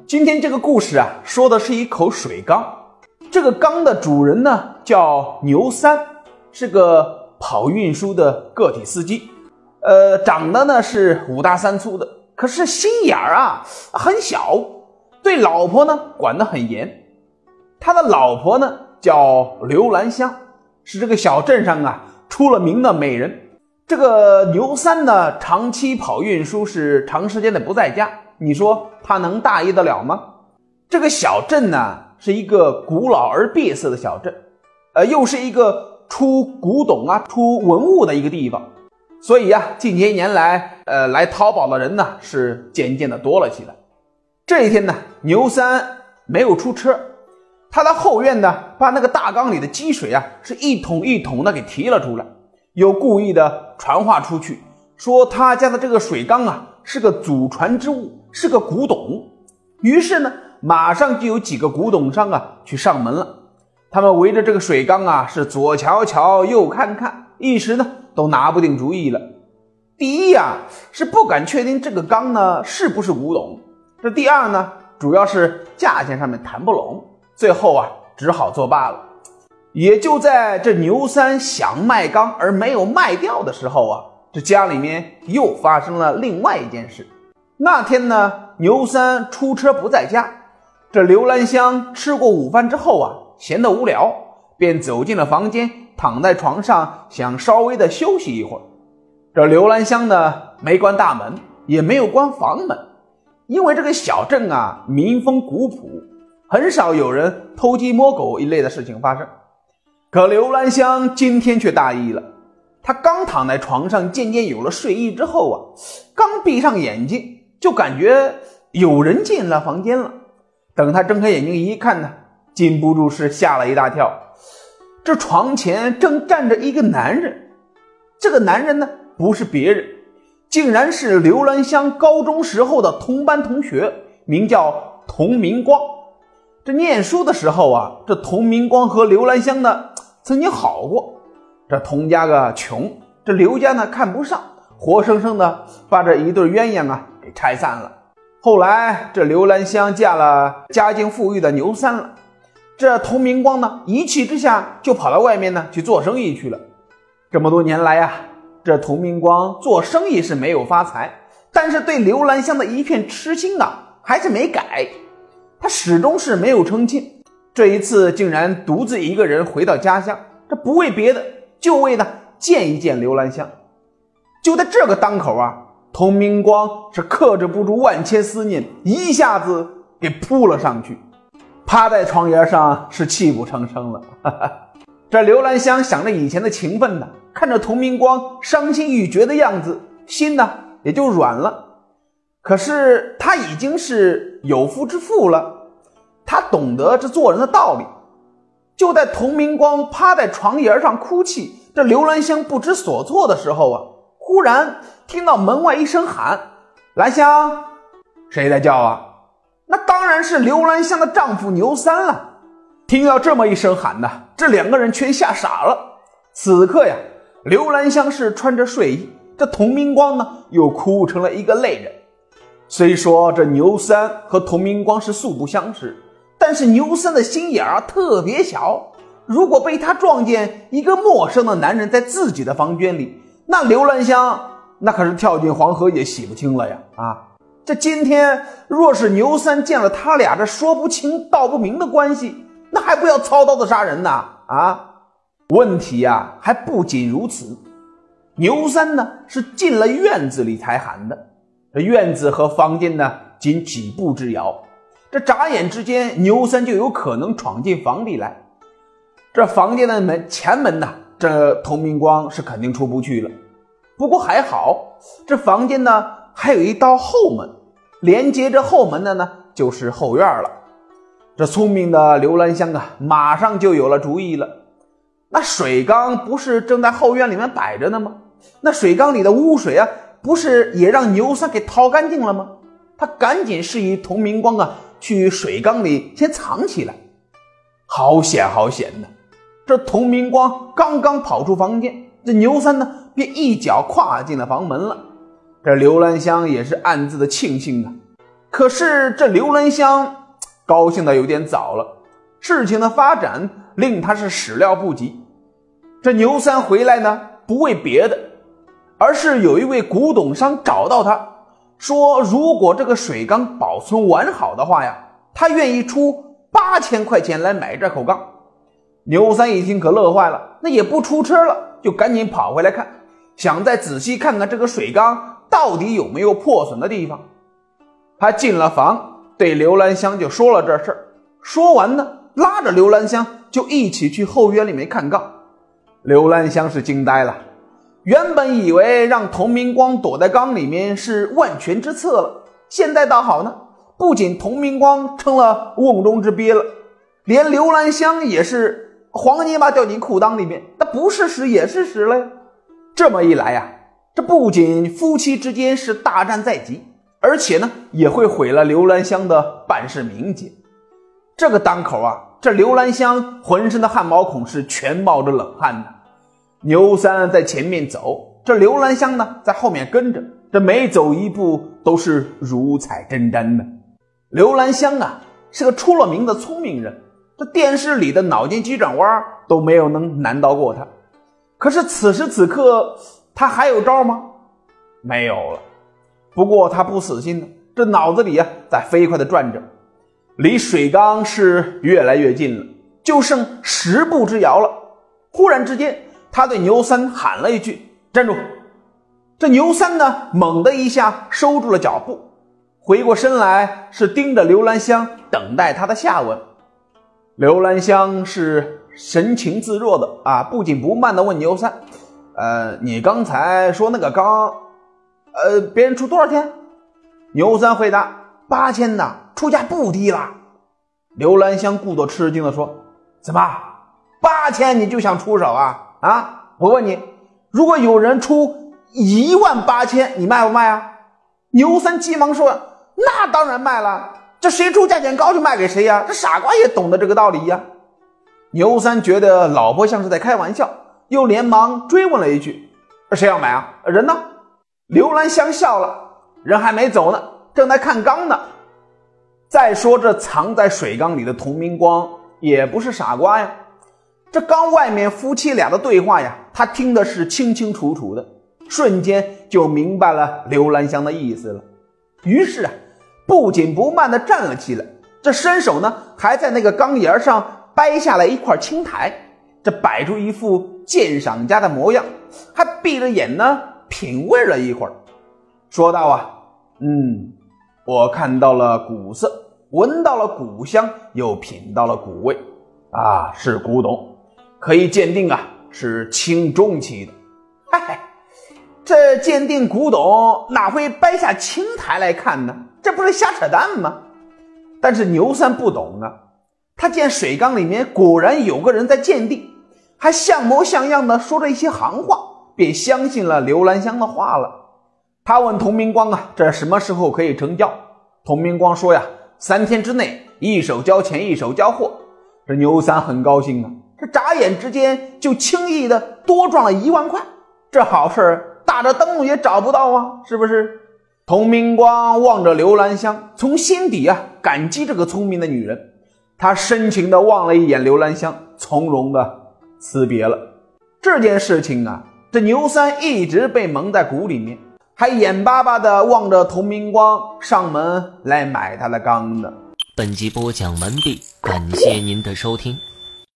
今天这个故事啊，说的是一口水缸。这个缸的主人呢叫牛三，是个跑运输的个体司机。长得呢是5大3粗的，可是心眼儿啊很小，对老婆呢管得很严。他的老婆呢叫刘兰香，是这个小镇上啊出了名的美人。这个牛三呢长期跑运输，是长时间的不在家，你说他能大意得了吗？这个小镇呢是一个古老而闭塞的小镇，又是一个出古董啊出文物的一个地方，所以啊近些年来来淘宝的人呢是渐渐的多了起来。这一天呢，牛三没有出车，他的后院呢把那个大缸里的积水啊是一桶一桶的给提了出来，又故意的传话出去，说他家的这个水缸啊是个祖传之物，是个古董。于是呢马上就有几个古董商啊去上门了，他们围着这个水缸啊是左瞧瞧右看看，一时呢都拿不定主意了。第一啊是不敢确定这个缸呢是不是古董，这第二呢主要是价钱上面谈不拢，最后啊只好作罢了。也就在这牛三想卖缸而没有卖掉的时候啊，这家里面又发生了另外一件事。那天呢，牛三出车不在家，这刘兰香吃过午饭之后啊，闲得无聊，便走进了房间，躺在床上想稍微的休息一会儿。这刘兰香呢没关大门，也没有关房门，因为这个小镇啊民风古朴，很少有人偷鸡摸狗一类的事情发生。可刘兰香今天却大意了，她刚躺在床上渐渐有了睡意之后啊，刚闭上眼睛就感觉有人进了房间了。等她睁开眼睛一看呢，禁不住是吓了一大跳。这床前正站着一个男人，这个男人呢不是别人，竟然是刘兰香高中时候的同班同学，名叫童明光。这念书的时候啊，这童明光和刘兰香呢曾经好过。这童家个穷，这刘家呢看不上，活生生的把这一对鸳鸯啊给拆散了。后来这刘兰香嫁了家境富裕的牛三了，这童明光呢一气之下就跑到外面呢去做生意去了。这么多年来啊，这童明光做生意是没有发财，但是对刘兰香的一片痴心啊还是没改，他始终是没有成亲。这一次竟然独自一个人回到家乡，这不为别的，就为呢见一见刘兰香。就在这个当口啊，童明光是克制不住万千思念，一下子给扑了上去，趴在床沿上是泣不成声了。这刘兰香想着以前的情分呢，看着童明光伤心欲绝的样子，心呢也就软了。可是他已经是有夫之妇了，他懂得这做人的道理。就在童明光趴在床沿上哭泣，这刘兰香不知所措的时候啊，忽然听到门外一声喊：兰香！谁在叫啊？那当然是刘兰香的丈夫牛三了。听到这么一声喊呢，这两个人全吓傻了。此刻呀，刘兰香是穿着睡衣，这童明光呢又哭成了一个泪人。虽说这牛三和童明光是素不相识，但是牛三的心眼啊特别小，如果被他撞见一个陌生的男人在自己的房间里，那刘兰香那可是跳进黄河也洗不清了呀！这今天若是牛三见了他俩这说不清道不明的关系，那还不要操刀子杀人呢？问题啊还不仅如此，牛三呢是进了院子里才喊的，这院子和房间呢仅几步之遥，这眨眼之间牛三就有可能闯进房里来。这房间的前门呢，这童明光是肯定出不去了。不过还好，这房间呢还有一道后门，连接着后门的呢就是后院了。这聪明的刘兰香啊马上就有了主意了。那水缸不是正在后院里面摆着呢吗？那水缸里的污水啊不是也让牛三给掏干净了吗？他赶紧示意童明光啊去水缸里先藏起来。好险好险的，这童明光刚刚跑出房间，这牛三呢便一脚跨进了房门了。这刘兰香也是暗自的庆幸啊， 可是这刘兰香高兴的有点早了，事情的发展令他是始料不及。这牛三回来呢，不为别的，而是有一位古董商找到他，说如果这个水缸保存完好的话呀，他愿意出8000块钱来买这口缸。牛三一听可乐坏了，那也不出车了，就赶紧跑回来看，想再仔细看看这个水缸到底有没有破损的地方。他进了房，对刘兰香就说了这事儿，说完呢，拉着刘兰香就一起去后院里面看缸。刘兰香是惊呆了，原本以为让童明光躲在缸里面是万全之策了，现在倒好呢，不仅童明光成了瓮中之鳖了，连刘兰香也是黄泥巴掉进裤裆里面，那不是屎也是屎了呀。这么一来呀，这不仅夫妻之间是大战在即，而且呢也会毁了刘兰香的办事名节。这个当口啊，这刘兰香浑身的汗毛孔是全冒着冷汗的。牛三在前面走，这刘兰香呢在后面跟着，这每走一步都是如彩针毡的。刘兰香啊是个出了名的聪明人，这电视里的脑筋急转弯都没有能难倒过他。可是此时此刻他还有招吗？没有了。不过他不死心呢，这脑子里啊在飞快地转着，离水缸是越来越近了，就剩10步之遥了。忽然之间他对牛三喊了一句：站住！这牛三呢猛地一下收住了脚步，回过身来是盯着刘兰香等待他的下文。刘兰香是神情自若的不紧不慢的问牛三：你刚才说那个缸别人出多少钱？牛三回答：8000呢，出价不低啦。刘兰香故作吃惊的说：怎么8000你就想出手啊？我问你，如果有人出18000，你卖不卖啊？牛三急忙说：那当然卖了，这谁出价钱高就卖给谁呀，这傻瓜也懂得这个道理呀。牛三觉得老婆像是在开玩笑，又连忙追问了一句：谁要买啊？人呢？刘兰香笑了：人还没走呢，正在看缸呢。再说这藏在水缸里的童明光也不是傻瓜呀，这缸外面夫妻俩的对话呀，他听的是清清楚楚的，瞬间就明白了刘兰香的意思了。于是不紧不慢地站了起来，这伸手呢还在那个缸沿上掰下来一块青苔，这摆出一副鉴赏家的模样，还闭着眼呢品味了一会儿，说道我看到了古色，闻到了古香，又品到了古味是古董，可以鉴定是轻重期的。这鉴定古董哪会掰下青苔来看呢？这不是瞎扯淡吗？但是牛三不懂他见水缸里面果然有个人在鉴定，还像模像样的说着一些行话，便相信了刘兰香的话了。他问童明光这什么时候可以成交？童明光说3天之内一手交钱一手交货。这牛三很高兴这眨眼之间就轻易的多赚了1万块，这好事打着灯笼也找不到是不是？童明光望着刘兰香，从心底感激这个聪明的女人。他深情地望了一眼刘兰香，从容地辞别了。这件事情这牛三一直被蒙在鼓里面，还眼巴巴地望着童明光上门来买他的缸呢。 本集播讲完毕，感谢您的收听。